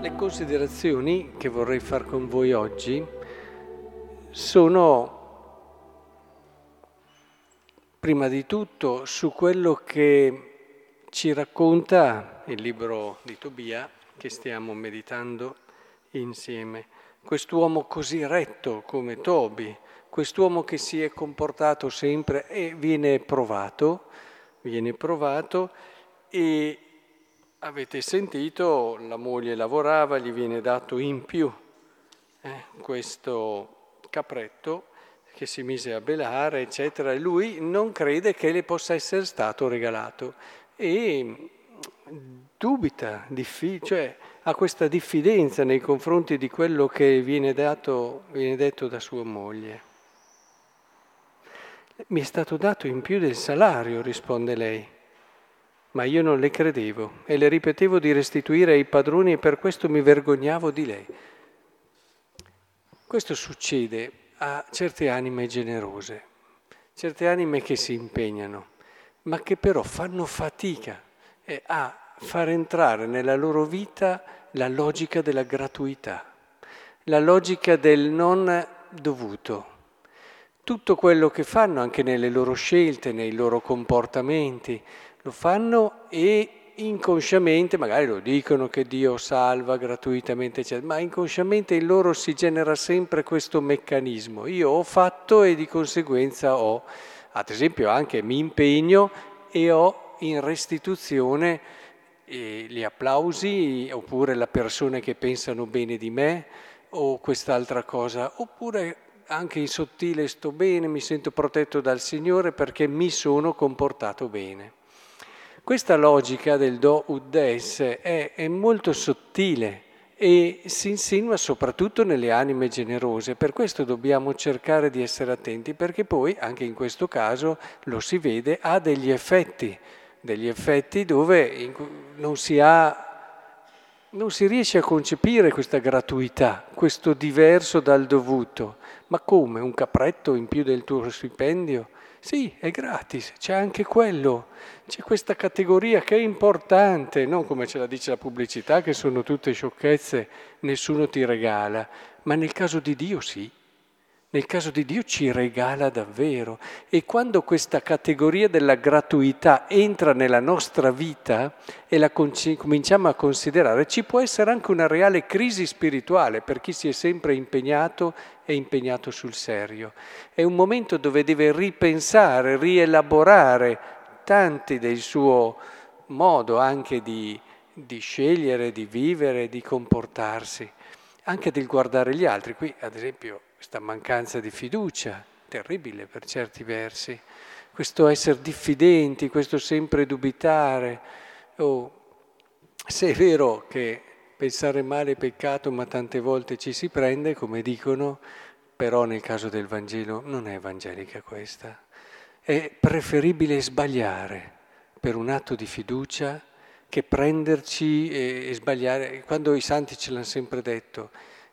Le considerazioni che vorrei far con voi oggi sono, prima di tutto, su quello che ci racconta il libro di Tobia che stiamo meditando insieme. Quest'uomo così retto come Tobi, quest'uomo che si è comportato sempre e viene provato e avete sentito, la moglie lavorava, gli viene dato in più questo capretto che si mise a belare, eccetera, e lui non crede che le possa essere stato regalato e dubita, cioè ha questa diffidenza nei confronti di quello che viene detto da sua moglie. Mi è stato dato in più del salario, risponde lei. Ma io non le credevo e le ripetevo di restituire ai padroni e per questo mi vergognavo di lei. Questo succede a certe anime generose, certe anime che si impegnano, ma che però fanno fatica a far entrare nella loro vita la logica della gratuità, la logica del non dovuto. Tutto quello che fanno, anche nelle loro scelte, nei loro comportamenti, lo fanno e inconsciamente, magari lo dicono che Dio salva gratuitamente, eccetera, ma inconsciamente in loro si genera sempre questo meccanismo. Io ho fatto e di conseguenza ho, ad esempio anche mi impegno e ho in restituzione gli applausi oppure le persone che pensano bene di me o quest'altra cosa, oppure anche in sottile sto bene, mi sento protetto dal Signore perché mi sono comportato bene. Questa logica del do ut des è molto sottile e si insinua soprattutto nelle anime generose, per questo dobbiamo cercare di essere attenti, perché poi, anche in questo caso, lo si vede, ha degli effetti dove non si riesce a concepire questa gratuità, questo diverso dal dovuto. Ma come? Un capretto in più del tuo stipendio? Sì, è gratis, c'è anche quello. C'è questa categoria che è importante, non come ce la dice la pubblicità, che sono tutte sciocchezze, nessuno ti regala, ma nel caso di Dio sì. Nel caso di Dio ci regala davvero e quando questa categoria della gratuità entra nella nostra vita e la cominciamo a considerare, ci può essere anche una reale crisi spirituale per chi si è sempre impegnato e impegnato sul serio. È un momento dove deve ripensare, rielaborare tanti del suo modo anche di scegliere, di vivere, di comportarsi, anche del guardare gli altri. Qui, ad esempio, questa mancanza di fiducia, terribile per certi versi, questo essere diffidenti, questo sempre dubitare. Se è vero che pensare male è peccato, ma tante volte ci si prende, come dicono, però nel caso del Vangelo non è evangelica questa. È preferibile sbagliare per un atto di fiducia che prenderci e sbagliare. Quando i santi ce l'hanno sempre detto,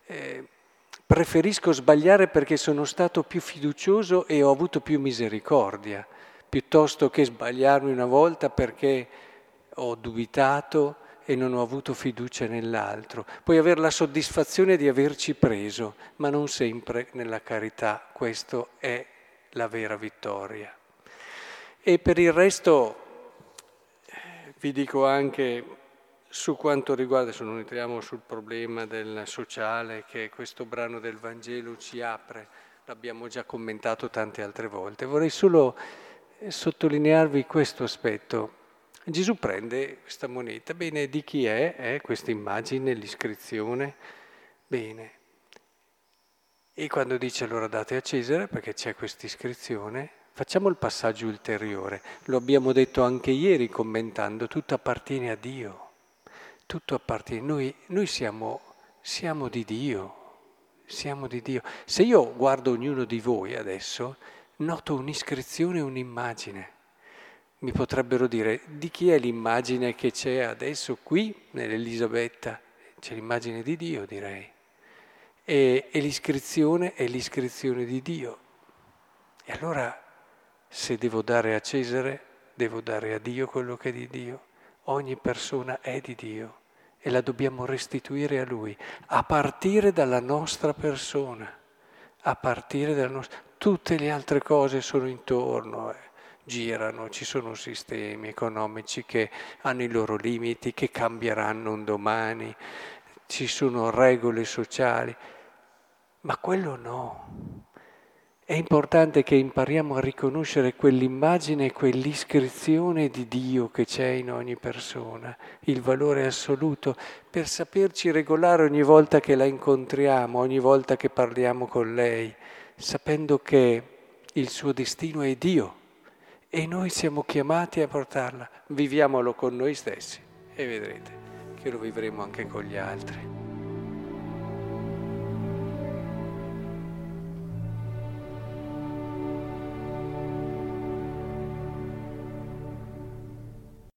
preferisco sbagliare perché sono stato più fiducioso e ho avuto più misericordia, piuttosto che sbagliarmi una volta perché ho dubitato e non ho avuto fiducia nell'altro. Puoi avere la soddisfazione di averci preso, ma non sempre nella carità. Questo è la vera vittoria. E per il resto vi dico anche su quanto riguarda, adesso non entriamo sul problema del sociale che questo brano del Vangelo ci apre, l'abbiamo già commentato tante altre volte. Vorrei solo sottolinearvi questo aspetto. Gesù prende questa moneta, bene, di chi è questa immagine, l'iscrizione? Bene. E quando dice allora date a Cesare, perché c'è questa iscrizione, facciamo il passaggio ulteriore. Lo abbiamo detto anche ieri commentando, tutto appartiene a Dio. Tutto appartiene. Noi siamo di Dio. Siamo di Dio. Se io guardo ognuno di voi adesso, noto un'iscrizione, un'immagine. Mi potrebbero dire, di chi è l'immagine che c'è adesso qui nell'Elisabetta? C'è l'immagine di Dio, direi. E l'iscrizione è l'iscrizione di Dio. E allora, se devo dare a Cesare, devo dare a Dio quello che è di Dio. Ogni persona è di Dio e la dobbiamo restituire a Lui, a partire dalla nostra persona, a partire dalla nostra... Tutte le altre cose sono intorno, girano, ci sono sistemi economici che hanno i loro limiti, che cambieranno un domani, ci sono regole sociali, ma quello no. È importante che impariamo a riconoscere quell'immagine e quell'iscrizione di Dio che c'è in ogni persona, il valore assoluto, per saperci regolare ogni volta che la incontriamo, ogni volta che parliamo con lei, sapendo che il suo destino è Dio e noi siamo chiamati a portarla. Viviamolo con noi stessi e vedrete che lo vivremo anche con gli altri.